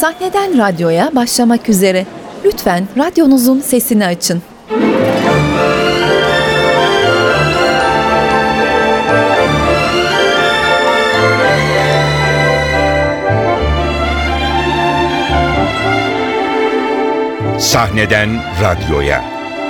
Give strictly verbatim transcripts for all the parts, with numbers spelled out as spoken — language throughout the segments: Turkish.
Sahneden radyoya başlamak üzere. Lütfen radyonuzun sesini açın. Sahneden radyoya.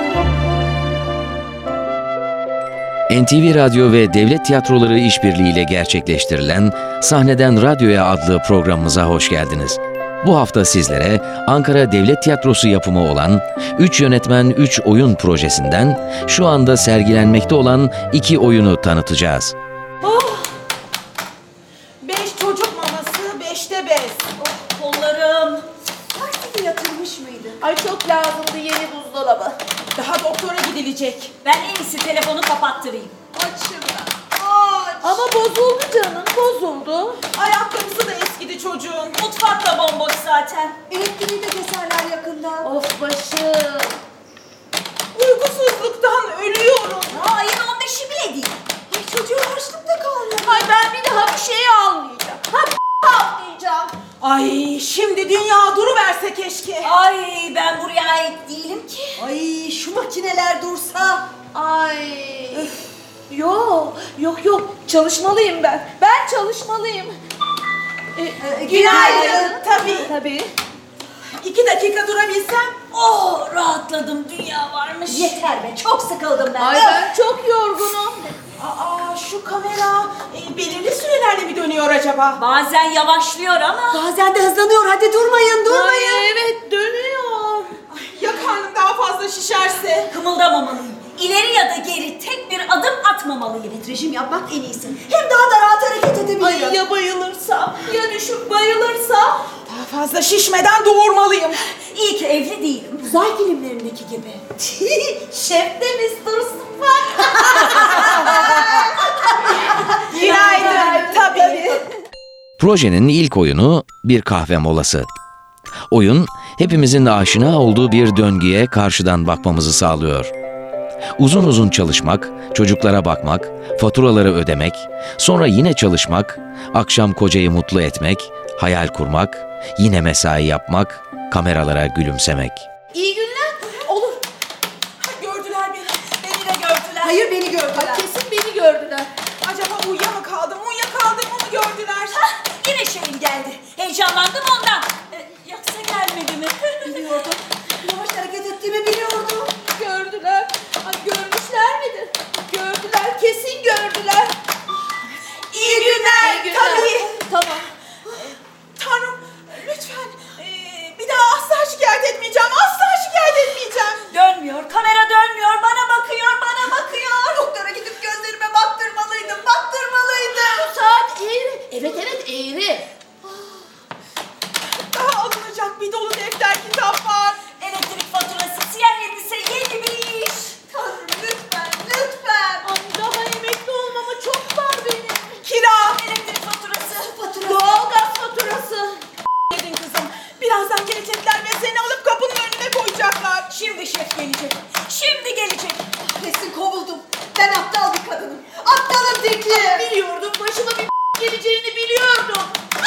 N T V Radyo ve Devlet Tiyatroları işbirliğiyle gerçekleştirilen Sahneden Radyoya adlı programımıza hoş geldiniz. Bu hafta sizlere Ankara Devlet Tiyatrosu yapımı olan Üç Yönetmen Üç Oyun projesinden şu anda sergilenmekte olan iki oyunu tanıtacağız. Oh! Beş çocuk maması, beşte bez. Oh, kollarım. Taksiye yatırmış mıydı? Ay çok lazımdı yeni buzdolabı. Daha doktora gidilecek. Ben en iyisi telefonu kapattırayım. Açım ben. Aç. Ama bozuldu canım, bozuldu. Ayakkabısı da eskidi çocuğun. Mutfak da bomboş zaten. Elektriği de keserler yakında. Of başım. Uykusuzluktan ölüyorum. Aa, ayın on beşi bile değil. Ay çocuğu harçlıkta kaldı. Ay ben bir daha bir şey almayacağım. Ha almayacağım. Ay şimdi dünya duruverse keşke. Ay ben buraya ait değilim ki. Ay şu makineler dursa. Ay. Yok, yok yok. Çalışmalıyım ben. Ben çalışmalıyım. Ee, Ee, günaydın. günaydın. Tabii. Tabii. İki dakika durabilsem. Oh, rahatladım, dünya varmış. Yeter be, çok sıkıldım ben. Ay Öf! ben çok yorgunum. Aa şu kamera e, belirli sürelerle mi dönüyor acaba? Bazen yavaşlıyor ama. Bazen de hızlanıyor, hadi durmayın durmayın. Ay, evet dönüyor. Ay, ya karnım daha fazla şişerse? Kımıldamalıyım. İleri ya da geri tek bir adım atmamalıyım. Evet, rejim yapmak en iyisi. Hem daha da rahat hareket edebilirim. Ay ya bayılırsam, ya düşüp bayılırsam? Daha fazla şişmeden doğurmalıyım. İyi ki evli değilim. Uzay filmlerindeki gibi. Şef de mister Sıfır. Günaydın. Tabii. Projenin ilk oyunu bir kahve molası. Oyun, hepimizin aşina olduğu bir döngüye karşıdan bakmamızı sağlıyor. Uzun uzun çalışmak, çocuklara bakmak, faturaları ödemek, sonra yine çalışmak, akşam kocayı mutlu etmek, hayal kurmak, yine mesai yapmak, kameralara gülümsemek. İyi günler. Olur. Gördüler beni. Beni de gördüler. Hayır, beni gördüler. Kesin beni gördüler. Acaba uyuya mı kaldım, uyuyakaldım mı gördüler? Hah, yine şeyim geldi. Heyecanlandım ondan. Ee, yoksa gelmedi mi? Biliyordum. Yavaş hareket ettiğimi biliyordum. Gördüler. Ay, görmüşler midir? Gördüler, kesin gördüler. İyi günler. İyi günler. Tabii. Tamam. Tanrım, lütfen ee, bir daha asla şikayet etmeyeceğim. Asla şikayet etmeyeceğim. Dönmüyor, kamera dönmüyor. Bana bakıyor, bana bakıyor. Doktora gidip gözlerime baktırmalıydım, baktırmalıydım. Saat eğri. Evet evet eğri. Daha alınacak bir dolu defter kitap var. Elektrik faturası, siyah elbise, yeni bir iş. Tanrım lütfen, lütfen. Ay, daha emekli olmama çok var benim. Kira. Elektrik faturası. Faturası. Doğalgaz faturası. Dedin kızım. Birazdan gelecekler ve seni alıp kapının önüne koyacaklar. Şimdi şef gelecek. Şimdi gelecek. Kesin kovuldum. Ben aptal bir kadınım. Aptalın teki. Biliyordum. Başıma bir geleceğini biliyordum.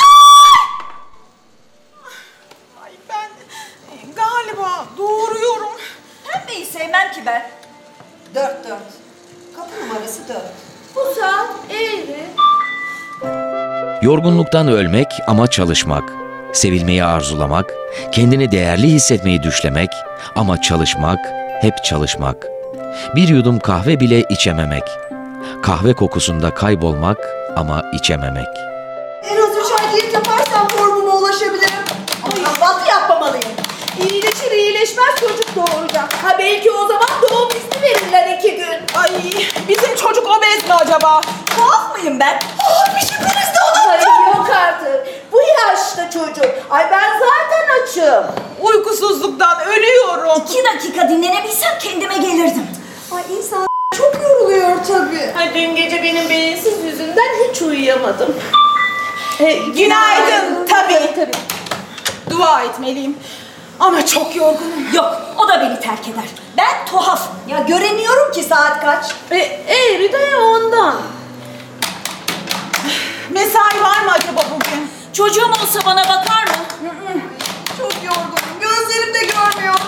Ay ben e, galiba doğuruyorum. Pembeyi sevmem ki ben. Dört dört. Kapı numarası dört. Bu saat eğri. Yorgunluktan ölmek ama çalışmak, sevilmeyi arzulamak, kendini değerli hissetmeyi düşlemek ama çalışmak, hep çalışmak. Bir yudum kahve bile içememek, kahve kokusunda kaybolmak ama içememek. En az üç ay diyet yaparsam formuma ulaşabilirim. Ama kahvaltı yapmamalıyım. İyileşir iyileşmez çocuk doğuracak. Ha belki o zaman doğum izni verirler iki gün. Ay bizim çocuk obez mi acaba? Tuhaf mıyım ben? Oh, bir şüpheniz de olun. Ay yok artık. Bu yaşta çocuk. Ay ben zaten açım. Uykusuzluktan ölüyorum. İki dakika dinlenebilsem kendime gelirdim. Ay insan çok yoruluyor tabii. Ay dün gece benim beyinsiz yüzünden hiç uyuyamadım. E, günaydın. Tabii. Tabii. Dua etmeliyim. Ama çok yorgunum. Yok, o da beni terk eder. Ben tuhaf. Ya göremiyorum ki saat kaç. E, eğri de ondan. Mesai var mı acaba bugün? Çocuğum olsa bana bakar mı?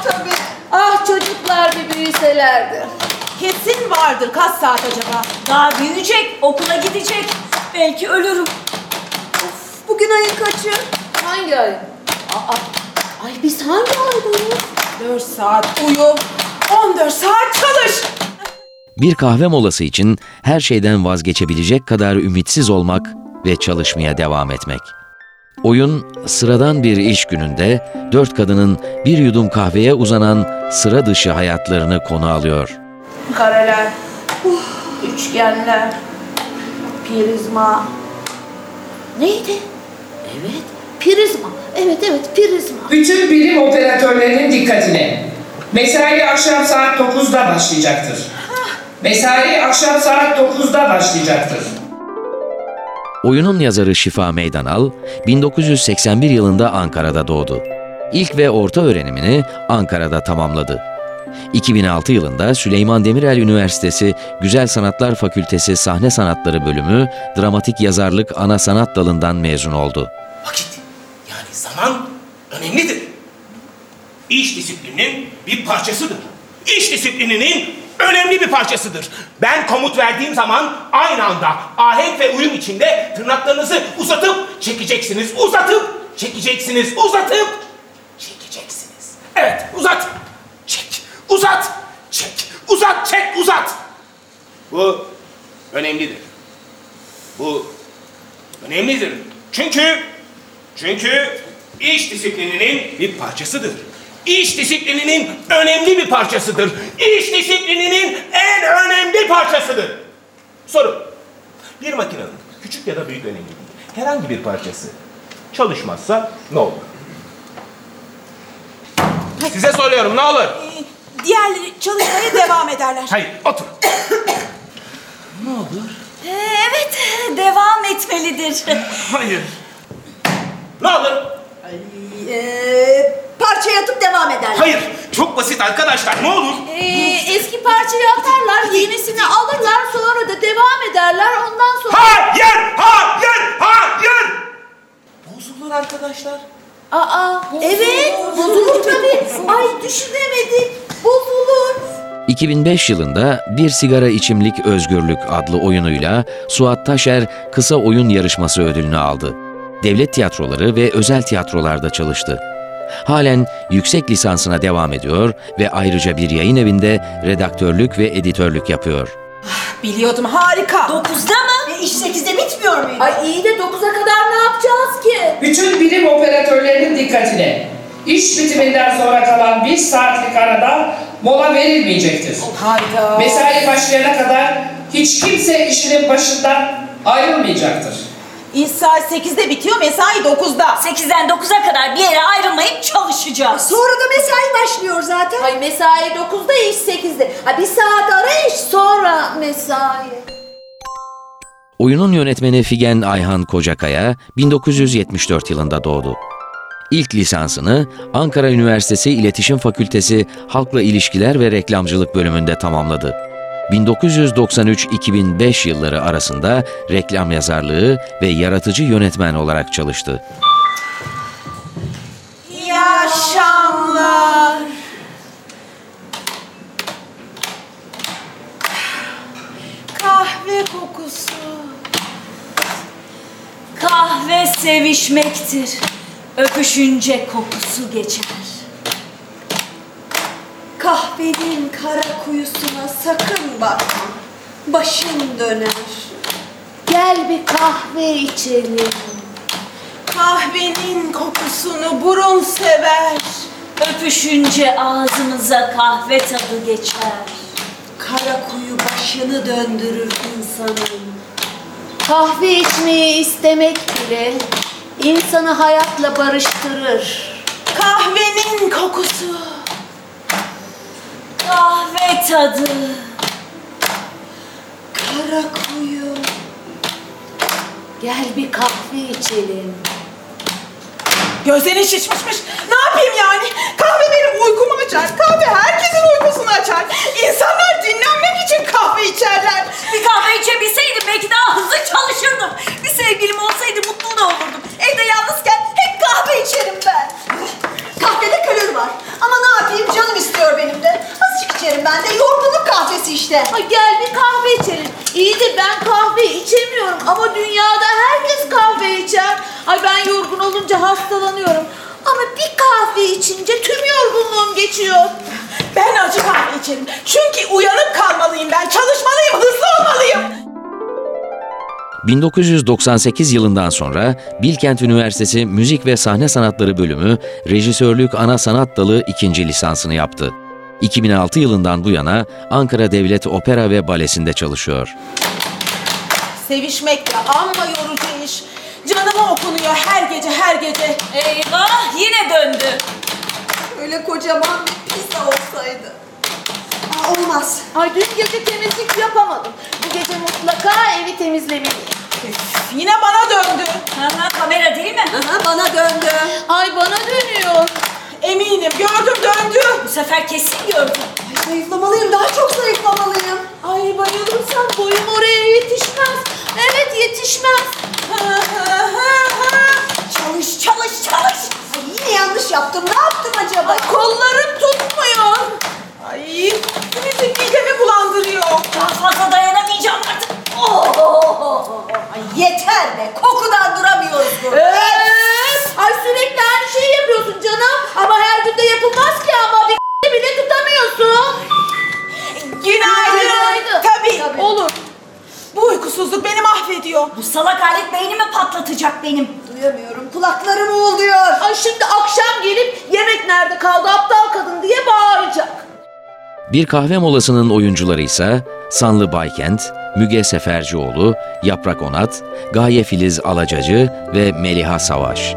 tabii. Ah çocuklar bir büyüselerdi. Kesin vardır kaç saat acaba? Daha büyüyecek, okula gidecek. Belki ölürüm. Of, bugün ayın kaçı? Hangi ay? Aa, ay biz hangi aydayız? Dört saat uyu, on dört saat çalış. Bir kahve molası için her şeyden vazgeçebilecek kadar ümitsiz olmak ve çalışmaya devam etmek. Oyun, sıradan bir iş gününde dört kadının bir yudum kahveye uzanan sıra dışı hayatlarını konu alıyor. Kareler, üçgenler, prizma. Neydi? Evet, prizma. Evet evet prizma. Bütün birim operatörlerinin dikkatine. Mesai akşam saat dokuzda başlayacaktır. Mesai akşam saat dokuzda başlayacaktır. Oyunun yazarı Şifa Meydanal, bin dokuz yüz seksen bir yılında Ankara'da doğdu. İlk ve orta öğrenimini Ankara'da tamamladı. iki bin altı yılında Süleyman Demirel Üniversitesi Güzel Sanatlar Fakültesi Sahne Sanatları Bölümü Dramatik Yazarlık Ana Sanat Dalı'ndan mezun oldu. Vakit, yani zaman önemlidir. İş disiplininin bir parçasıdır. İş disiplininin önemli bir parçasıdır. Ben komut verdiğim zaman aynı anda ahenk ve uyum içinde tırnaklarınızı uzatıp çekeceksiniz. Uzatıp çekeceksiniz. Uzatıp çekeceksiniz. Evet, uzat. Çek. Uzat. Çek. Uzat. Çek. Uzat. Bu önemlidir. Bu önemlidir. Çünkü çünkü iş disiplininin bir parçasıdır. İş disiplininin önemli bir parçasıdır. İş disiplininin en önemli parçasıdır. Soru. Bir makinenin küçük ya da büyük önemli değil. Herhangi bir parçası çalışmazsa ne olur? Size soruyorum, ne olur? Ee, diğerleri çalışmaya devam ederler. Hayır, otur. Ne olur? Ee, evet, devam etmelidir. Hayır. Ne olur? Ee, parçayı atıp devam ederler. Hayır. Çok basit arkadaşlar, ne olur? Ee, eski parçayı atarlar, yenisini alırlar, sonra da devam ederler. Ondan sonra... Hayır! Hayır! Hayır! Bozulur arkadaşlar. Aa, evet, bozulur tabii. Ay düşünemedik, bozulur. iki bin beş yılında Bir Sigara İçimlik Özgürlük adlı oyunuyla Suat Taşer Kısa Oyun Yarışması ödülünü aldı. Devlet tiyatroları ve özel tiyatrolarda çalıştı. Halen yüksek lisansına devam ediyor ve ayrıca bir yayın evinde redaktörlük ve editörlük yapıyor. Biliyordum, harika. Dokuzda mı? E, iş sekizde bitmiyor muydu? Ay iyi de dokuza kadar ne yapacağız ki? Bütün birim operatörlerinin dikkatine. İş bitiminden sonra kalan bir saatlik arada mola verilmeyecektir. Harika. Mesai başlayana kadar hiç kimse işinin başından ayrılmayacaktır. İş saat sekizde bitiyor, mesai dokuzda. Sekizden dokuza kadar bir yere ayrılmayıp çalışacağız. Sonra da mesai başlıyor zaten. Ay mesai dokuzda, iş sekizde. Ha bir saat ara iş, sonra mesai. Oyunun yönetmeni Figen Ayhan Kocakaya bin dokuz yüz yetmiş dört yılında doğdu. İlk lisansını Ankara Üniversitesi İletişim Fakültesi Halkla İlişkiler ve Reklamcılık bölümünde tamamladı. bin dokuz yüz doksan üç iki bin beş yılları arasında reklam yazarlığı ve yaratıcı yönetmen olarak çalıştı. Yaşamlar. Kahve kokusu. Kahve sevişmektir. Öpüşünce kokusu geçer. Kahvenin kara kuyusuna sakın bakma. Başın döner. Gel bir kahve içelim. Kahvenin kokusunu burun sever. Öpüşünce ağzımıza kahve tadı geçer. Kara kuyu başını döndürür insanın. Kahve içmeyi istemek bile insanı hayatla barıştırır. Kahvenin kokusu. Kahve tadı. Kara kuyu. Gel bir kahve içelim. Gözlerin şişmişmiş. Ne yapayım yani? Kahve benim uykumu açar. Kahve herkesin uykusunu açar. İnsanlar dinlenmek için kahve içerler. Bir kahve içebilseydim belki daha hızlı çalışırdım. Bir sevgilim olsaydı mutlu da olurdum. Evde yalnızken hep kahve içerim ben. Kahvede kalori var. Ama ne yapayım, canım Ay ben yorgun olunca hastalanıyorum. Ama bir kahve içince tüm yorgunluğum geçiyor. Ben acı kahve içerim. Çünkü uyanık kalmalıyım ben. Çalışmalıyım, hızlı olmalıyım. bin dokuz yüz doksan sekiz yılından sonra Bilkent Üniversitesi Müzik ve Sahne Sanatları Bölümü Rejisörlük Ana Sanat Dalı ikinci lisansını yaptı. iki bin altı yılından bu yana Ankara Devlet Opera ve Balesi'nde çalışıyor. Sevişmek ya amma yorucu iş. Canıma okunuyor her gece her gece. Eyvah yine döndü. Öyle kocaman bir pizza olsaydı. Aa, olmaz. Ay dün gece temizlik yapamadım. Bu gece mutlaka evi temizlemeliyim. Üf, yine bana döndü. Aha, kamera değil mi? Aha, bana döndü. Ay bana dönüyor. Eminim gördüm döndü. Bu sefer kesin gördüm. Ay, zayıflamalıyım, daha çok zayıflamalıyım. Ay bayılırsam boyum oraya yetişmez. Evet yetişmez. Çalış çalış çalış. Ay, yine yanlış yaptım. Ne yaptım acaba? Ay kollarım tutmuyor. Ay müzik midemi bulandırıyor. Daha fazla dayanamayacağım artık. Oh! Ay, yeter be. Kokudan duramıyoruz burada. Öf! Ay sürekli aynı şeyi yapıyorsun canım. Ama her gün de yapılmaz ki ama bir bile tutamıyorsun. Günaydın. Günaydın. Tabii, Tabii. olur. Bu uykusuzluk beni mahvediyor. Bu salak alet beynimi patlatacak benim. Duyamıyorum. Kulaklarım uğulduyor. Ay şimdi akşam gelip yemek nerede kaldı aptal kadın diye bağıracak. Bir kahve molasının oyuncuları ise Sanlı Baykent, Müge Sefercioğlu, Yaprak Onat, Gaye Filiz Alacacı ve Meliha Savaş.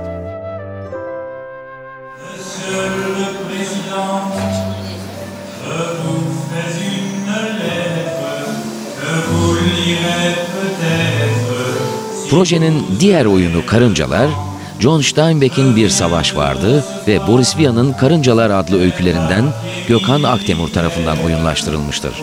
Projenin diğer oyunu Karıncalar, John Steinbeck'in Bir Savaş Vardı ve Boris Vian'ın Karıncalar adlı öykülerinden Gökhan Aktemur tarafından oyunlaştırılmıştır.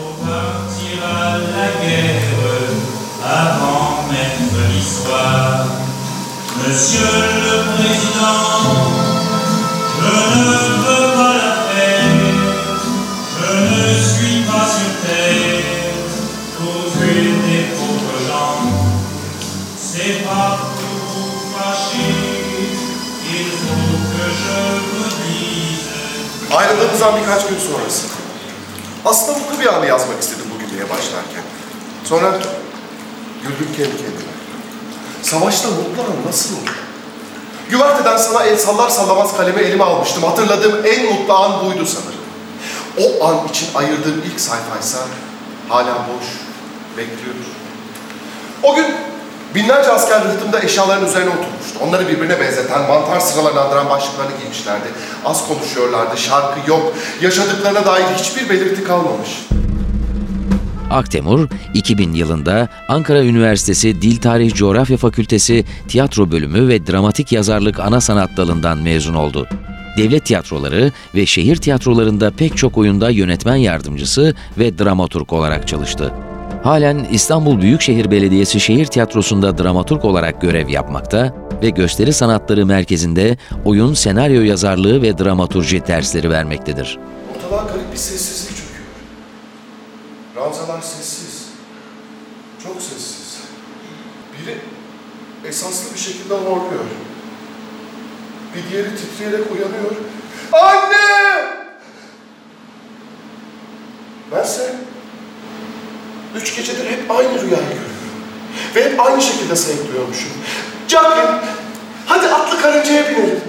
Ayrıldığımızdan birkaç gün sonrası. Aslında mutlu bir anı yazmak istedim bugünlüğe başlarken. Sonra güldüm kendi kendime. Savaşta mutlu an nasıl olur? Güverteden sana el sallar sallamaz kalemi elime almıştım. Hatırladığım en mutlu an buydu sanırım. O an için ayırdığım ilk sayfaysa hala boş, bekliyor. O gün binlerce asker rıhtımda eşyaların üzerine oturmuştu. Onları birbirine benzeten, mantar sıralarını andıran başlıklarını giymişlerdi. Az konuşuyorlardı, şarkı yok, yaşadıklarına dair hiçbir belirti kalmamış. Aktemur, iki bin yılında Ankara Üniversitesi Dil Tarih Coğrafya Fakültesi Tiyatro Bölümü ve Dramatik Yazarlık Ana Sanat Dalı'ndan mezun oldu. Devlet tiyatroları ve şehir tiyatrolarında pek çok oyunda yönetmen yardımcısı ve dramaturg olarak çalıştı. Halen İstanbul Büyükşehir Belediyesi Şehir Tiyatrosu'nda dramaturg olarak görev yapmakta ve Gösteri Sanatları Merkezi'nde oyun, senaryo yazarlığı ve dramaturji dersleri vermektedir. Ortalığa garip bir sessizlik çöküyor. Ranzalar sessiz. Çok sessiz. Biri esaslı bir şekilde horluyor. Bir diğeri titreyerek uyanıyor. Anne! Bense üç gecedir hep aynı rüyayı görüyorum. Ve hep aynı şekilde sayıklıyormuşum. Jacqueline, hadi atlı karıncaya binelim.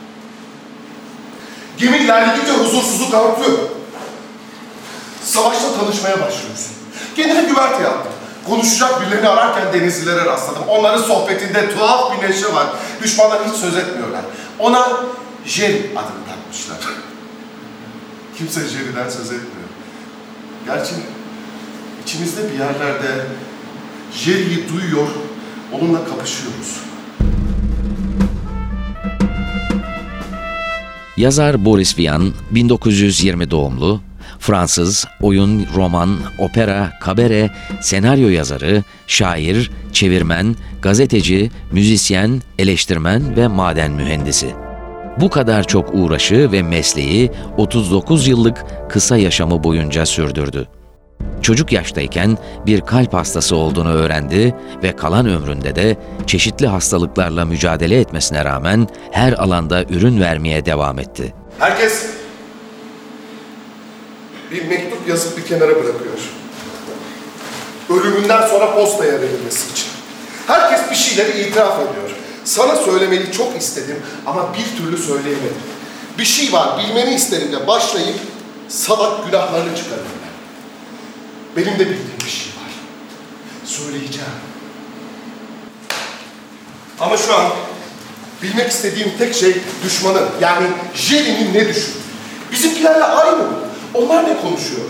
Gemi ilerledikçe huzursuzluk artıyor. Savaşla tanışmaya başlıyorsun. Kendimi güverteye attım. Konuşacak birilerini ararken denizlilere rastladım. Onların sohbetinde tuhaf bir neşe var. Düşmanlar hiç söz etmiyorlar. Ona Jerry adını takmışlar. Kimse Jerry'den söz etmiyor. Gerçi İçimizde bir yerlerde Jerry'yi duyuyor, onunla kapışıyoruz. Yazar Boris Vian, bin dokuz yüz yirmi doğumlu, Fransız, oyun, roman, opera, kabare, senaryo yazarı, şair, çevirmen, gazeteci, müzisyen, eleştirmen ve maden mühendisi. Bu kadar çok uğraşı ve mesleği otuz dokuz yıllık kısa yaşamı boyunca sürdürdü. çocuk yaştayken bir kalp hastası olduğunu öğrendi ve kalan ömründe de çeşitli hastalıklarla mücadele etmesine rağmen her alanda ürün vermeye devam etti. Herkes bir mektup yazıp bir kenara bırakıyor. Ölümünden sonra postaya verilmesi için. Herkes bir şeyleri itiraf ediyor. Sana söylemeni çok istedim ama bir türlü söyleyemedim. Bir şey var, bilmeni isterim de başlayıp salak günahlarını çıkarırım ben. Benim de bildiğim bir şey var. Söyleyeceğim. Ama şu an bilmek istediğim tek şey düşmanın, yani Jerry'nin ne düşündüğü. Bizimkilerle aynı mı? Onlar ne konuşuyor?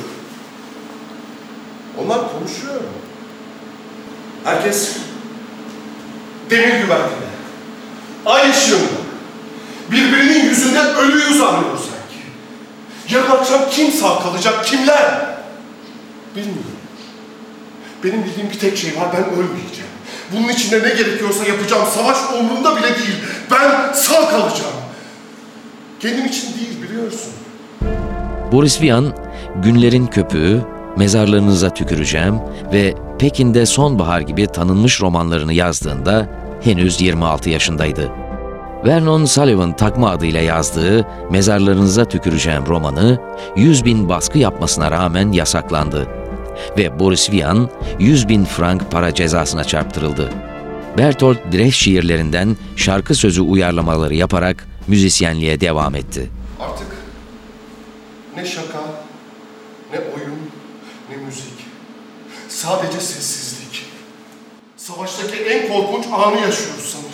Onlar konuşuyor mu? Herkes demir güvertede, ay ışığında, birbirinin yüzünde ölüyü zannediyor sanki. Yarın akşam kim sağ kalacak, kimler? Bilmiyorum. Benim bildiğim bir tek şey var, ben ölmeyeceğim. Bunun için de ne gerekiyorsa yapacağım, savaş umurumda bile değil. Ben sağ kalacağım. Kendim için değil, biliyorsun. Boris Vian, Günlerin Köpüğü, Mezarlarınıza Tüküreceğim ve Pekin'de Sonbahar gibi tanınmış romanlarını yazdığında henüz yirmi altı yaşındaydı. Vernon Sullivan takma adıyla yazdığı Mezarlarınıza Tüküreceğim romanı yüz bin baskı yapmasına rağmen yasaklandı ve Boris Vian yüz bin frank para cezasına çarptırıldı. Bertolt Brecht şiirlerinden şarkı sözü uyarlamaları yaparak müzisyenliğe devam etti. Artık ne şaka, ne oyun, ne müzik. Sadece sessizlik. Savaştaki en korkunç anı yaşıyoruz sanırım.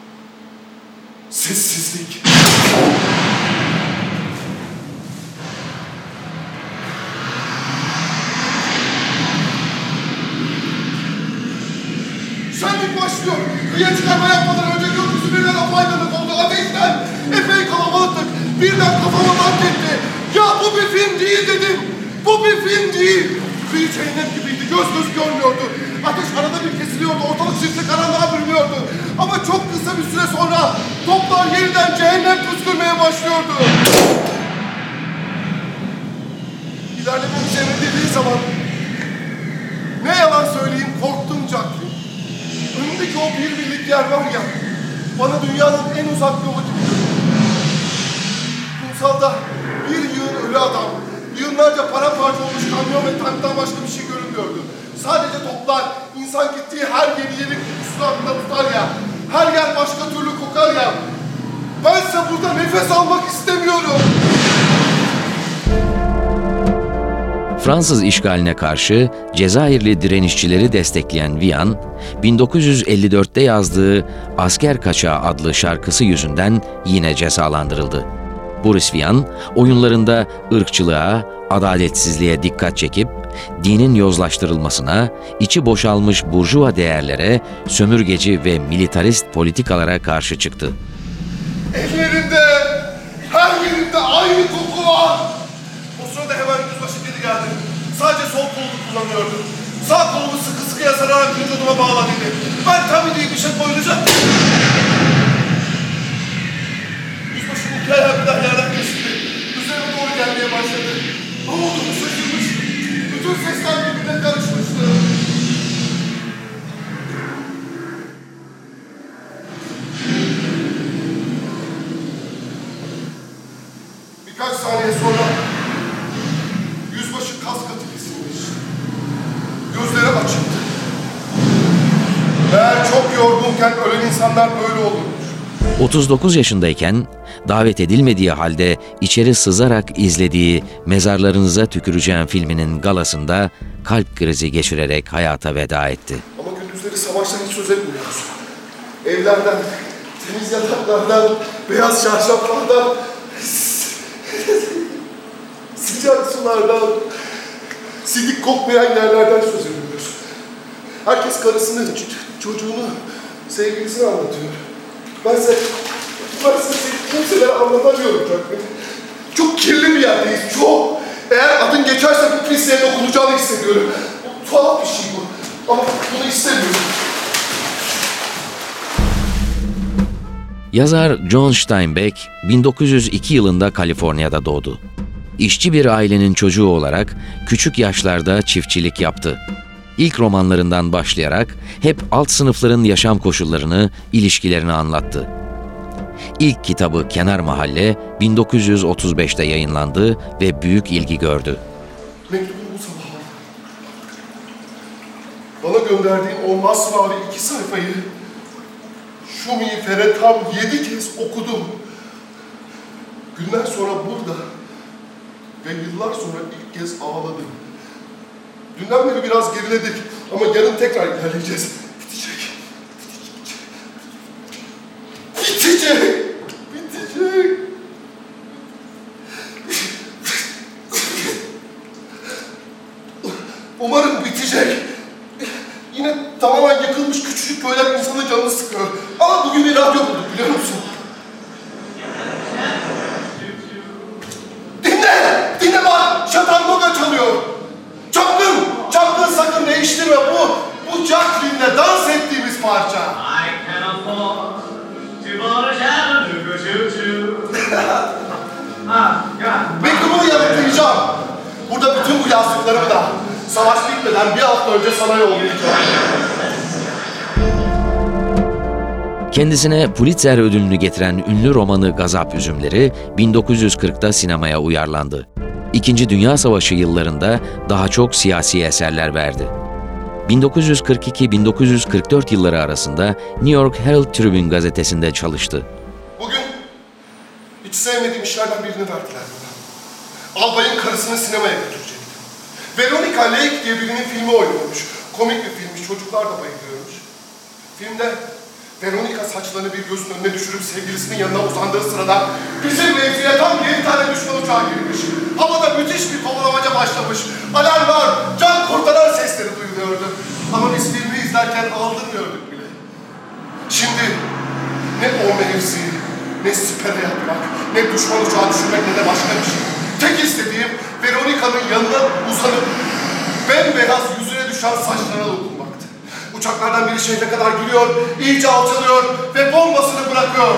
Sessizlik. Şenlik başlıyor. Kıyıya çıkarma yapmadan önce gökyüzü birden apaydınlık oldu. Ateşten epey kalabalıktık. Birden kafama dank etti. Ya bu bir film değil dedim. Bu bir film değil. Kıyı cehennem gibiydi. Göz göz görmüyordu. Ateş arada bir kesiliyordu. Ortalık şişli karanlığa bürünüyordu. Ama çok kısa bir süre sonra toplar yeniden cehennem püskürmeye başlıyordu. İlerlememiz emredildiği zaman ne yalan söyleyeyim korktum Jacqueline. Önümdeki o bir birlik yer var ya, bana dünyanın en uzak yolu gibi görünüyor. Kumsalda bir yığın ölü adam, yığınlarca paramparça olmuş kamyon ve tanktan başka bir şey görünmüyordu. Sadece toplar, insan gittiği her yeri yerin kokusunu aklında tutar ya, her yer başka türlü kokar ya. Bense burada nefes almak istemiyorum. Fransız işgaline karşı Cezayirli direnişçileri destekleyen Vian, bin dokuz yüz elli dörtte yazdığı Asker Kaçağı adlı şarkısı yüzünden yine cezalandırıldı. Boris Vian, oyunlarında ırkçılığa, adaletsizliğe dikkat çekip, dinin yozlaştırılmasına, içi boşalmış burjuva değerlere, sömürgeci ve militarist politikalara karşı çıktı. Ellerinde, her yerinde aynı koku var. O sırada hemen yüzbaşı geri geldi. Sadece sol kolumu kullanıyordu. Sağ kolumu sıkı sıkıya sararak vücuduma bağladıydı. Ben tabii diye bir şey koyulacaktım. Yüzbaşının iki ayağı birden yerden kesildi. Üzerime doğru gelmeye başladı. Ne olduğunu şaşırmıştım. Bütün sesler birbirine karışmıştı. Birkaç saniye sonra yüzbaşı kaskatı kesilmiş. Gözleri açıktı. Meğer çok yorgunken ölen insanlar böyle olurmuş. otuz dokuz yaşındayken davet edilmediği halde içeri sızarak izlediği Mezarlarınıza Tüküreceğim filminin galasında kalp krizi geçirerek hayata veda etti. Ama gündüzleri savaştan hiç söz etmiyoruz. Evlerden, temiz yataklardan, beyaz çarşaflardan, sıcak sulardan, sidik kokmayan yerlerden söz ediyoruz. Herkes karısını, ç- çocuğunu, sevgilisini anlatıyor. Bense, bense kimselere anlatamıyorum Jacqueline. Çok kirli bir yerdeyiz, çok. Eğer adın geçerse bu pisliğe dokunacağını hissediyorum. Bu tuhaf bir şey bu. Ama bunu istemiyorum. Yazar John Steinbeck bin dokuz yüz iki yılında Kaliforniya'da doğdu. İşçi bir ailenin çocuğu olarak küçük yaşlarda çiftçilik yaptı. İlk romanlarından başlayarak hep alt sınıfların yaşam koşullarını, ilişkilerini anlattı. İlk kitabı Kenar Mahalle bin dokuz yüz otuz beşte yayınlandı ve büyük ilgi gördü. Mektubu bu sabah aldım. Bana gönderdiğin o masmavi iki sayfayı şu miğfere tam yedi kez okudum. Günler sonra burada ve yıllar sonra ilk kez ağladım. Dünden beri biraz geriledik ama yarın tekrar ilerleyeceğiz. Bitecek. Bitecek. Bitecek. Umarım bitecek. Yine tamamen yıkılmış küçücük köyler insanın canını sıkıyor. Ama bugün bir radyo bulduk biliyor musun? Dinle! Dinle bak! Şatangoga çalıyor. Çapkın! Çapkın sakın değiştirme bu! Bu Jacqueline'le dans ettiğimiz parça. I can afford to borrow a shadow to choo choo. Ah, God. Mektubumu yanıtlayacağım. Burada bütün bu yazdıklarımı da savaş bitmeden bir hafta önce sana yollayacağım. Kendisine Pulitzer ödülünü getiren ünlü romanı Gazap Üzümleri bin dokuz yüz kırkta sinemaya uyarlandı. İkinci Dünya Savaşı yıllarında daha çok siyasi eserler verdi. bin dokuz yüz kırk iki bin dokuz yüz kırk dört yılları arasında New York Herald Tribune gazetesinde çalıştı. Bugün hiç sevmediğim işlerden birini verdiler bana. Albayın karısını sinemaya götürecektim. Veronica Lake diye birinin filmi oynuyormuş. Komik bir filmmiş, çocuklar da bayılıyormuş. Filmde Veronica saçlarını bir gözün önüne düşürüp sevgilisinin yanına uzandığı sırada bizim mevziye tam yedi tane düşman uçağı girmiş. Havada müthiş bir kovalamaca başlamış. Alarmlar, can kurtaran sesleri duyuluyordu. Ama biz filmi izlerken aldırmıyorduk bile. Şimdi ne o mevzi, ne sipere yapmak, ne düşman uçağı düşürmek ne de başka bir şey. Tek istediğim Veronica'nın yanına uzanıp bembeyaz yüzüne düşen saçlarına dokunmaktı. Uçaklardan biri şehre kadar giriyor, iyice alçalıyor ve bombasını bırakıyor.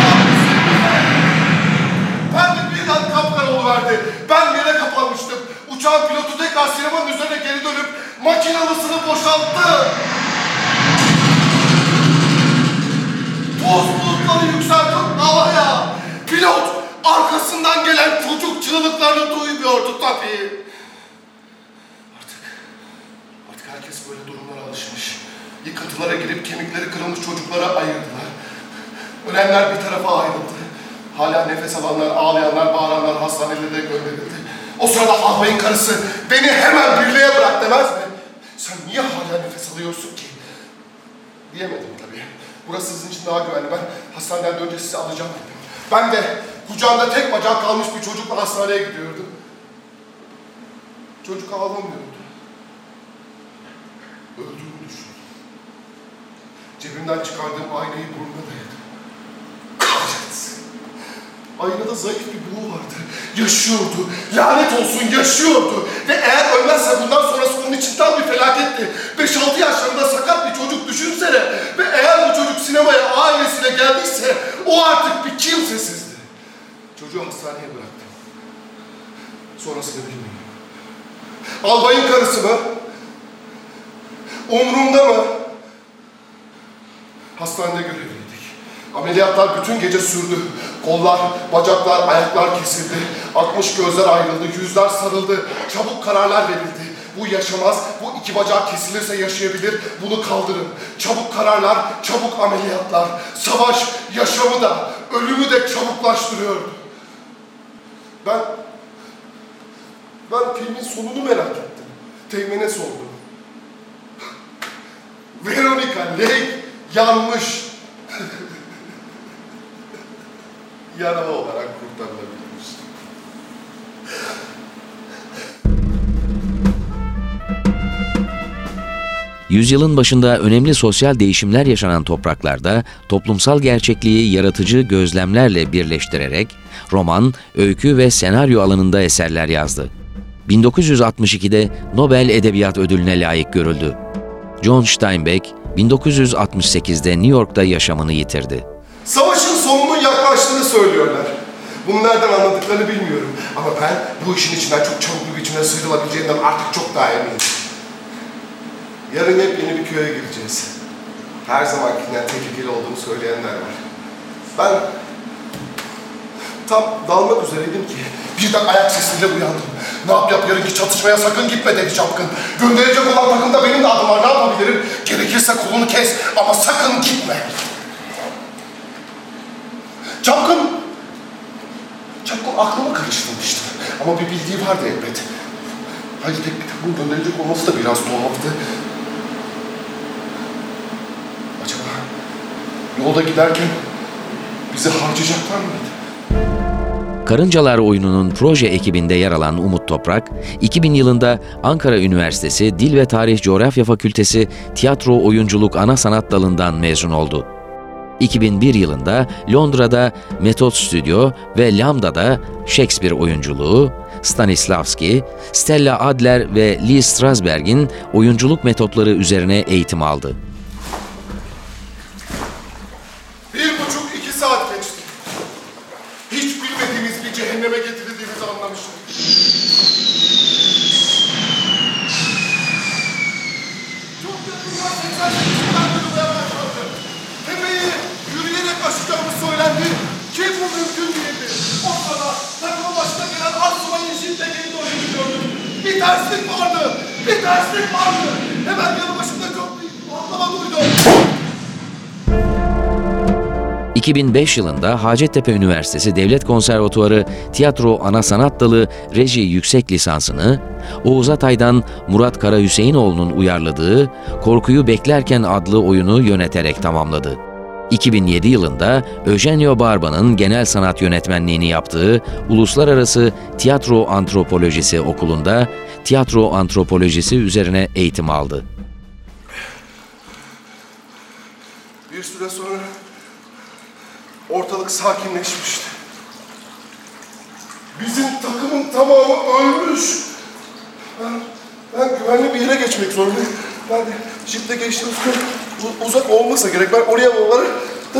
Ben de birden kapkara oluverdi. Ben yere kapanmıştım. Uçağın pilotu tekrar sinemanın üzerine geri dönüp makinalısını boşalttı. Toz bulutları yükseltip havaya. Pilot arkasından gelen çocuk çığlıklarını duymuyordu tabii. Artık, artık herkes böyle durumlara alışmış. Yıkıntılara girip kemikleri kırılmış çocuklara ayırdılar. Ölenler bir tarafa ayrıldı. Hala nefes alanlar, ağlayanlar, bağıranlar hastanelere gönderildi. O sırada albayın karısı beni hemen birliğe bırak demez mi? Sen niye hala nefes alıyorsun ki? Diyemedim tabii. Burası sizin için daha güvenli. Ben hastaneden önce sizi alacağım dedim. Ben de kucağında tek bacak kalmış bir çocukla hastaneye gidiyordum. Çocuk ağlamıyordu. Öldüğünü düşündüm. Cebimden çıkardığım aynayı burnuna dayadım. Kahretsin. Aynada zayıf bir buğu vardı. Yaşıyordu. Lanet olsun yaşıyordu. Ve eğer ölmezse bundan sonrası onun için tam bir felaketti. beş altı yaşlarında sakat bir çocuk düşünsene. Ve eğer bu çocuk sinemaya ailesiyle geldiyse o artık bir kimsesizdi. Çocuğu hastaneye bıraktım. Sonrasını bilmiyorum. Albayın karısı mı? Umrumda mı? Hastanede görevliydik. Ameliyatlar bütün gece sürdü. Kollar, bacaklar, ayaklar kesildi. Akmış gözler ayrıldı, yüzler sarıldı. Çabuk kararlar verildi. Bu yaşamaz, bu iki bacağı kesilirse yaşayabilir. Bunu kaldırın. Çabuk kararlar, çabuk ameliyatlar. Savaş, yaşamı da, ölümü de çabuklaştırıyordu. Ben, ben filmin sonunu merak ettim. Teğmen'e sordum. Veronica Lake yanmış. Yaralı olarak kurtarılabilmiş. Yüzyılın başında önemli sosyal değişimler yaşanan topraklarda toplumsal gerçekliği yaratıcı gözlemlerle birleştirerek roman, öykü ve senaryo alanında eserler yazdı. bin dokuz yüz altmış ikide Nobel Edebiyat Ödülü'ne layık görüldü. John Steinbeck, bin dokuz yüz altmış sekizde New York'ta yaşamını yitirdi. Savaşın sonunun yaklaştığını söylüyorlar. Bunu nereden anladıklarını bilmiyorum. Ama ben bu işin içinden çok çabuk bir biçimde sıyrılabileceğinden artık çok daha eminim. Yarın hep yeni bir köye gireceğiz. Her zamankinden tehlikeli olduğunu söyleyenler var. Ben tam dalmak üzereydim ki birden ayak sesiyle uyandım. Ne yap yap yarınki çatışmaya sakın gitme dedi Çapkın. Gönderecek olan takımda benim de adım var. Ne yapabilirim? Gerekirse kolunu kes ama sakın gitme. Çapkın! Çapkın aklımı karıştırmıştı. Ama bir bildiği vardı elbet. Hayır tek bir takımın gönderecek olması da biraz tuhaftı. Acaba yolda giderken bizi harcayacaklar mıydı? Karıncalar oyununun proje ekibinde yer alan Umut Toprak, iki bin yılında Ankara Üniversitesi Dil ve Tarih Coğrafya Fakültesi Tiyatro Oyunculuk Ana Sanat Dalı'ndan mezun oldu. iki bin bir yılında Londra'da Metot Stüdyo ve Lambda'da Shakespeare oyunculuğu, Stanislavski, Stella Adler ve Lee Strasberg'in oyunculuk metotları üzerine eğitim aldı. Bir buçuk iki saat geçti. Hiç bilmediğimiz bir cehenneme getirildiğimizi anlamıştık. Çok yakından seksen sekizden duyulmaya başladı. Tepeyi yürüyerek aşacağımız söylendi. Ki bu mümkün değildi. O sırada takımın başına gelen Arsumay'ın şiddetini doğru gördüm. Bir terslik vardı. Bir terslik vardı. Hemen yanı başında çok büyük bir patlama duydum. iki bin beş yılında Hacettepe Üniversitesi Devlet Konservatuarı Tiyatro Ana Sanat Dalı Reji Yüksek Lisansını, Oğuz Atay'dan Murat Karahüseyinoğlu'nun uyarladığı Korkuyu Beklerken adlı oyunu yöneterek tamamladı. iki bin yedi yılında Eugenio Barba'nın genel sanat yönetmenliğini yaptığı Uluslararası Tiyatro Antropolojisi Okulu'nda tiyatro antropolojisi üzerine eğitim aldı. Bir süre sonra ortalık sakinleşmişti. Bizim takımın tamamı ölmüş. Ben, ben güvenli bir yere geçmek zorundayım. Ben de jipte geçtiğimiz köy uzak olmasa gerek. Ben oraya varır.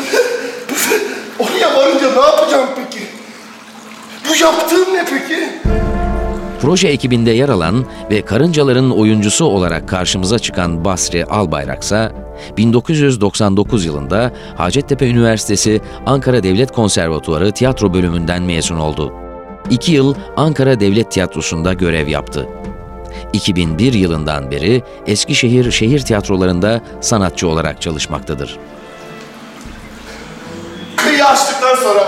Oraya varınca ne yapacağım peki? Bu yaptığım ne peki? Proje ekibinde yer alan ve Karıncaların oyuncusu olarak karşımıza çıkan Basri Albayraksa, bin dokuz yüz doksan dokuz yılında Hacettepe Üniversitesi Ankara Devlet Konservatuarı Tiyatro Bölümünden mezun oldu. İki yıl Ankara Devlet Tiyatrosu'nda görev yaptı. iki bin bir yılından beri Eskişehir şehir tiyatrolarında sanatçı olarak çalışmaktadır. Kıyı açtıktan sonra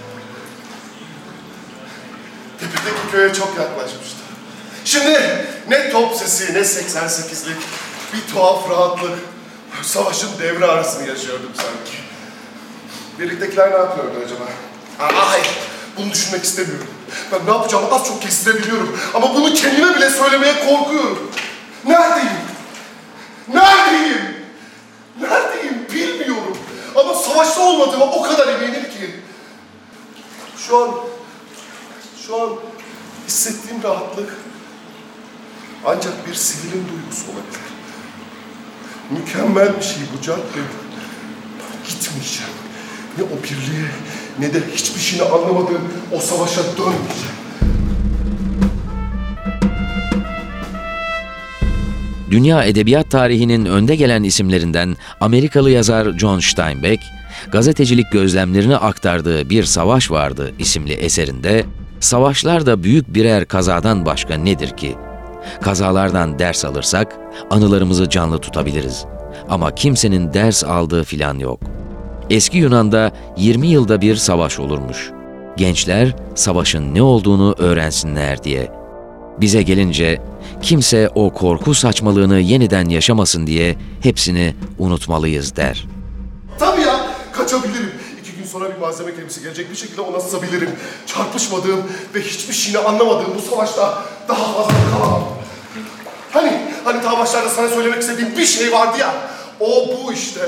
tepedeki köye çok yaklaşmıştı. Şimdi ne top sesi ne seksen sekizlik bir tuhaf rahatlık. Savaşın devre arasını yaşıyordum sanki. Birliktekiler ne yapıyordu acaba? Aa, hayır, bunu düşünmek istemiyorum. Ben ne yapacağımı az çok kestirebiliyorum. Ama bunu kendime bile söylemeye korkuyorum. Neredeyim? Neredeyim? Neredeyim bilmiyorum. Ama savaşta olmadığıma o kadar eminim ki. Şu an, şu an hissettiğim rahatlık ancak bir sivilin duygusu olabilir. Mükemmel bir şey bu Cadde. Gitmeyeceğim. Ne o birliğe ne de hiçbir şeyini anlamadığım o savaşa dönmeyeceğim. Dünya edebiyat tarihinin önde gelen isimlerinden Amerikalı yazar John Steinbeck, gazetecilik gözlemlerini aktardığı Bir Savaş Vardı isimli eserinde, savaşlar da büyük birer kazadan başka nedir ki? Kazalardan ders alırsak anılarımızı canlı tutabiliriz. Ama kimsenin ders aldığı filan yok. Eski Yunan'da yirmi yılda bir savaş olurmuş. Gençler savaşın ne olduğunu öğrensinler diye. Bize gelince kimse o korku saçmalığını yeniden yaşamasın diye hepsini unutmalıyız der. Tabii ya, kaçabilirim. İki gün sonra bir malzeme gemisi gelecek, bir şekilde ona sızabilirim. Çarpışmadığım ve hiçbir şeyini anlamadığım bu savaşta daha fazla kalamam. Hani, hani ta başlarda sana söylemek istediğim bir şey vardı ya, o bu işte.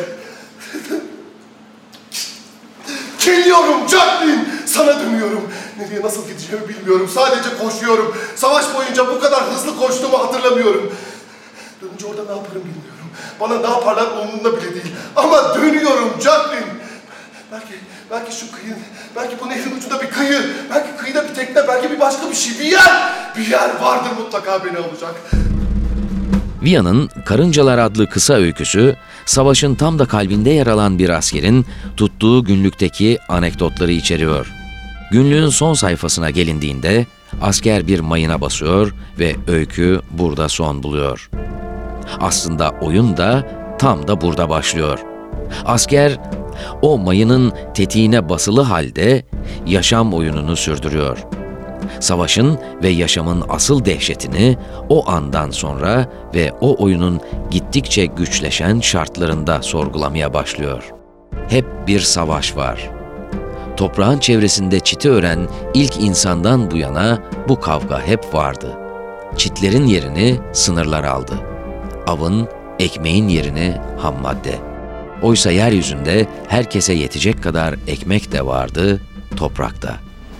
Geliyorum Jacqueline, sana dönüyorum. Nereye nasıl gideceğimi bilmiyorum, sadece koşuyorum. Savaş boyunca bu kadar hızlı koştuğumu hatırlamıyorum. Dönünce orada ne yaparım bilmiyorum. Bana ne yaparlar umurumda bile değil. Ama dönüyorum Jacqueline. Belki Belki, belki şu kıyı, belki bu nehrin ucunda bir kıyı, belki kıyıda bir tekne, belki bir başka bir şey, bir yer, bir yer vardır mutlaka beni alacak. Via'nın Karıncalar adlı kısa öyküsü, savaşın tam da kalbinde yer alan bir askerin tuttuğu günlükteki anekdotları içeriyor. Günlüğün son sayfasına gelindiğinde asker bir mayına basıyor ve öykü burada son buluyor. Aslında oyun da tam da burada başlıyor. Asker o mayının tetiğine basılı halde yaşam oyununu sürdürüyor. Savaşın ve yaşamın asıl dehşetini o andan sonra ve o oyunun gittikçe güçleşen şartlarında sorgulamaya başlıyor. Hep bir savaş var. Toprağın çevresinde çiti ören ilk insandan bu yana bu kavga hep vardı. Çitlerin yerini sınırlar aldı. Avın, ekmeğin yerini ham madde. Oysa yeryüzünde herkese yetecek kadar ekmek de vardı toprakta.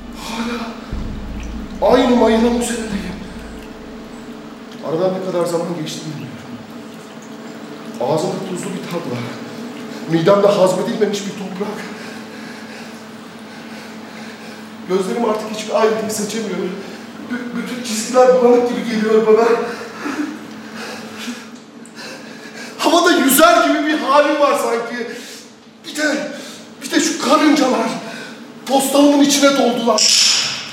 Aynı mayının üzerindeyim. Aradan ne kadar zaman geçti bilmiyorum. Ağzımda tuzlu bir tat var. Midemde hazmedilmemiş bir toprak. Gözlerim artık hiçbir ayrıntıyı seçemiyor. B- bütün çizgiler bulanık gibi geliyor bana. Havada yüzer gibi bir halim var sanki. Bir de, bir de şu karıncalar postalımın içine doldular.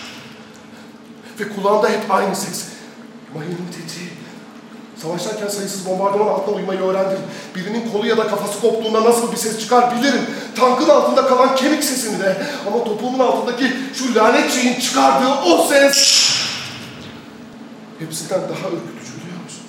Ve kulağımda hep aynı ses. Mayının tetiği. Savaşlarken sayısız bombardıman altında uyumayı öğrendim. Birinin kolu ya da kafası koptuğunda nasıl bir ses çıkar bilirim. Tankın altında kalan kemik sesini de. Ama topuğumun altındaki şu lanet şeyin çıkardığı o ses... hepsinden daha ürkütücü biliyor musun?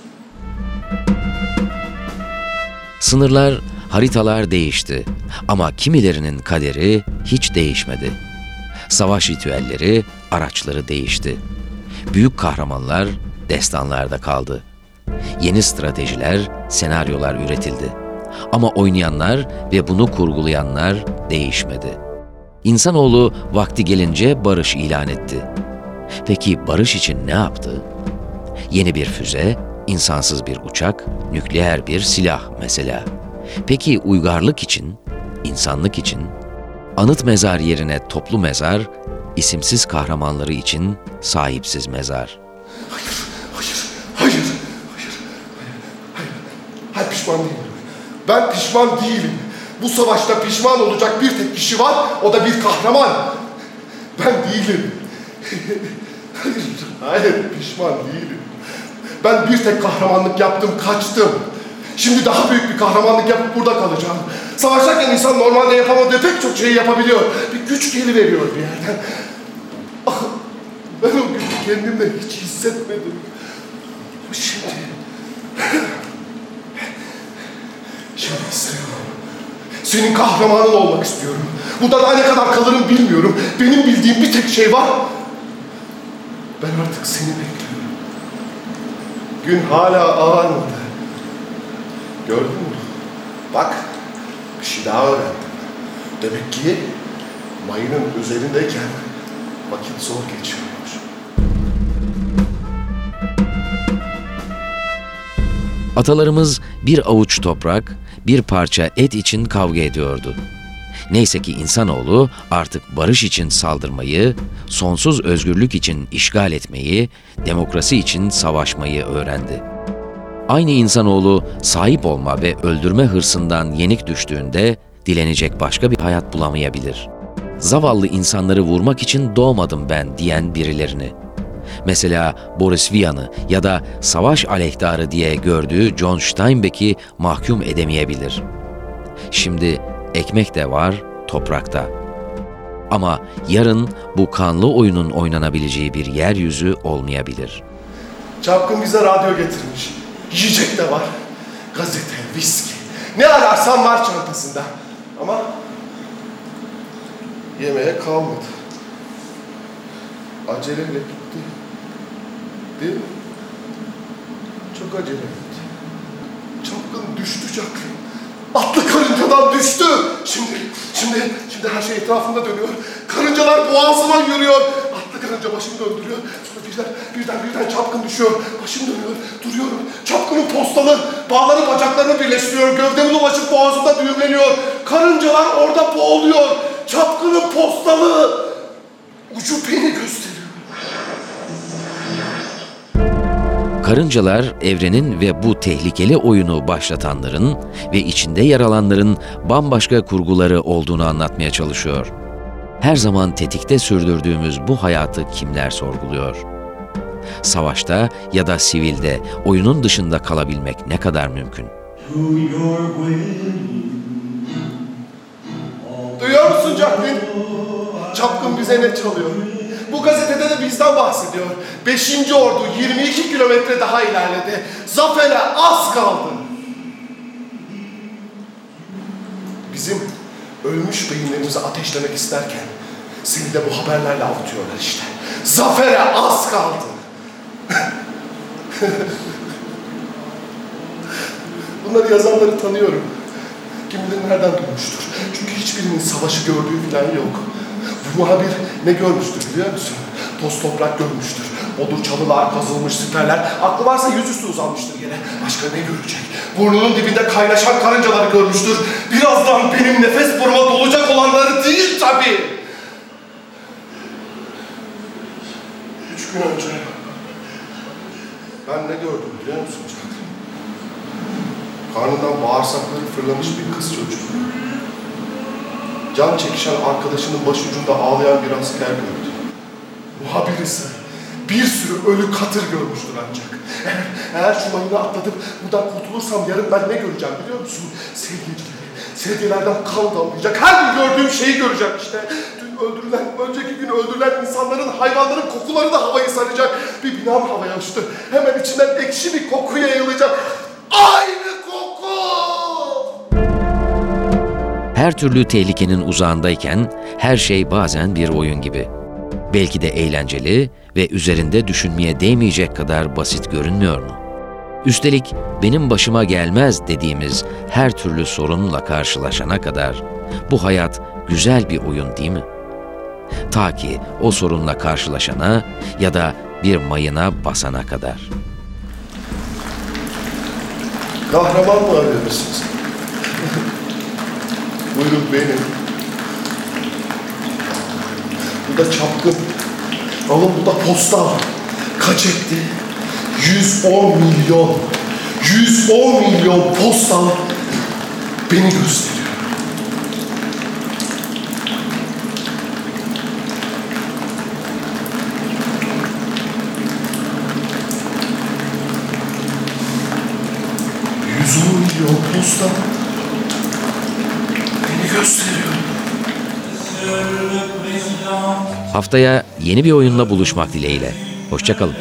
Sınırlar, haritalar değişti ama kimilerinin kaderi hiç değişmedi. Savaş ritüelleri, araçları değişti. Büyük kahramanlar destanlarda kaldı. Yeni stratejiler, senaryolar üretildi. Ama oynayanlar ve bunu kurgulayanlar değişmedi. İnsanoğlu vakti gelince barış ilan etti. Peki barış için ne yaptı? Yeni bir füze, insansız bir uçak, nükleer bir silah mesela. Peki uygarlık için, insanlık için? Anıt mezar yerine toplu mezar, isimsiz kahramanları için sahipsiz mezar. Hayır, hayır, hayır, hayır, hayır, hayır, hayır, pişman değilim. Ben pişman değilim. Bu savaşta pişman olacak bir tek kişi var, o da bir kahraman. Ben değilim. Hayır, hayır, pişman değilim. Ben bir tek kahramanlık yaptım, kaçtım. Şimdi daha büyük bir kahramanlık yapıp burada kalacağım. Savaşlarken insan normalde yapamadığı pek çok şeyi yapabiliyor. Bir güç geliveriyor bir yerden. Ah, ben o gücü kendimde hiç hissetmedim. Şimdi... Şimdi istiyorum. Senin kahramanın olmak istiyorum. Burada daha ne kadar kalırım bilmiyorum. Benim bildiğim bir tek şey var. Ben artık seni bekliyorum. Gün hala ağarmadı. Gördün mü? Bak, bir şey daha öğrendim. Demek ki mayının üzerindeyken vakit zor geçiyormuş. Atalarımız bir avuç toprak, bir parça et için kavga ediyordu. Neyse ki insanoğlu artık barış için saldırmayı, sonsuz özgürlük için işgal etmeyi, demokrasi için savaşmayı öğrendi. Aynı insanoğlu sahip olma ve öldürme hırsından yenik düştüğünde dilenecek başka bir hayat bulamayabilir. Zavallı insanları vurmak için doğmadım ben diyen birilerini. Mesela Boris Vian'ı ya da savaş aleyhtarı diye gördüğü John Steinbeck'i mahkum edemeyebilir. Şimdi ekmek de var toprakta. Ama yarın bu kanlı oyunun oynanabileceği bir yeryüzü olmayabilir. Çapkın bize radyo getirmiş. Yiyecek de var. Gazete, viski. Ne ararsan var çantasında. Ama yemeğe kalmadı. Aceleyle gitti. Değil mi? Çok acele etti. Çapkın düştü Çapkın. Atlı karıncadan düştü. Şimdi, şimdi, şimdi her şey etrafında dönüyor. Karıncalar boğazıma yürüyor. Atlı karınca başımı döndürüyor. Sonra birden, birden, birden Çapkın düşüyor. Başım dönüyor. Duruyorum. Çapkının postalı bağları bacaklarını birleştiriyor. Gövdemi dolaşıp boğazımda düğümleniyor. Karıncalar orada boğuluyor. Çapkının postalı. Ucu beni gösteriyor. Karıncalar evrenin ve bu tehlikeli oyunu başlatanların ve içinde yer alanların bambaşka kurguları olduğunu anlatmaya çalışıyor. Her zaman tetikte sürdürdüğümüz bu hayatı kimler sorguluyor? Savaşta ya da sivilde oyunun dışında kalabilmek ne kadar mümkün? Duyuyor musun Jacqueline? Çapkın bize ne çalıyor? Bu gazetede de bizden bahsediyor. Beşinci ordu yirmi iki kilometre daha ilerledi. Zafere az kaldı. Bizim ölmüş beyinlerimizi ateşlemek isterken seni de bu haberlerle avutuyorlar işte. Zafere az kaldı. Bunları yazanları tanıyorum. Kim bilir nereden duymuştur. Çünkü hiçbirinin savaşı gördüğü falan yok. Bu muhabir ne görmüştür biliyor musun? Toz toprak görmüştür. Odur çalılar, kazılmış siperler. Aklı varsa yüzüstü uzanmıştır yere. Başka ne görecek? Burnunun dibinde kaynaşan karıncaları görmüştür. Birazdan benim nefes boruma dolacak olanları değil tabii. Üç gün önce ben ne gördüm biliyor musun Can? Karnından bağırsakları fırlamış bir kız çocuğu. Can çekişen arkadaşının başucunda ağlayan bir asker gördü. Muhabir ise bir sürü ölü katır görmüştür ancak. Eğer, eğer şu mayını atlatıp buradan kurtulursam yarın ben ne göreceğim biliyor musun? Sevgilileri, sevgililerden kan damlayacak. Her gün gördüğüm şeyi göreceğim işte. Dün öldürülen, önceki gün öldürülen insanların, hayvanların kokuları da havayı saracak. Bir binam havaya uçtu. Hemen içinden ekşi bir koku yayılacak. Aynı koku! Her türlü tehlikenin uzağındayken her şey bazen bir oyun gibi. Belki de eğlenceli ve üzerinde düşünmeye değmeyecek kadar basit görünmüyor mu? Üstelik benim başıma gelmez dediğimiz her türlü sorunla karşılaşana kadar bu hayat güzel bir oyun değil mi? Ta ki o sorunla karşılaşana ya da bir mayına basana kadar. Kahraman mı arıyorsunuz? Buyurun benim. Bu da çapkın. Alın bu da posta. Kaç etti? yüz on milyon. yüz on milyon posta beni gösteriyor. yüz on milyon posta beni gösteriyor. Haftaya yeni bir oyunla buluşmak dileğiyle. Hoşça kalın.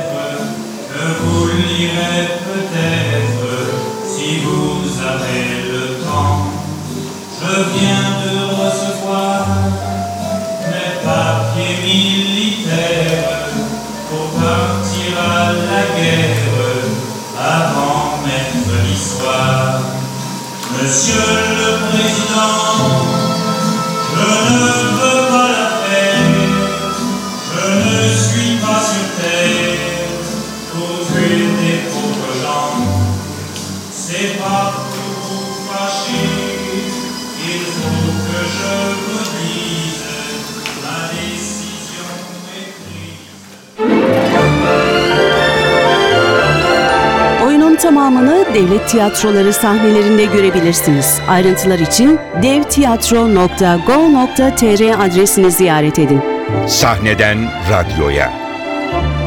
Monsieur le Président, je ne veux pas la faire, je ne suis pas sur terre pour tuer des pauvres gens. C'est pas pour vous fâcher, il faut que je vous dise, ma décision est prise. Oyunun tamamını Devlet Tiyatroları sahnelerinde görebilirsiniz. Ayrıntılar için dev tiyatro nokta gov nokta tr adresini ziyaret edin. Sahneden radyoya.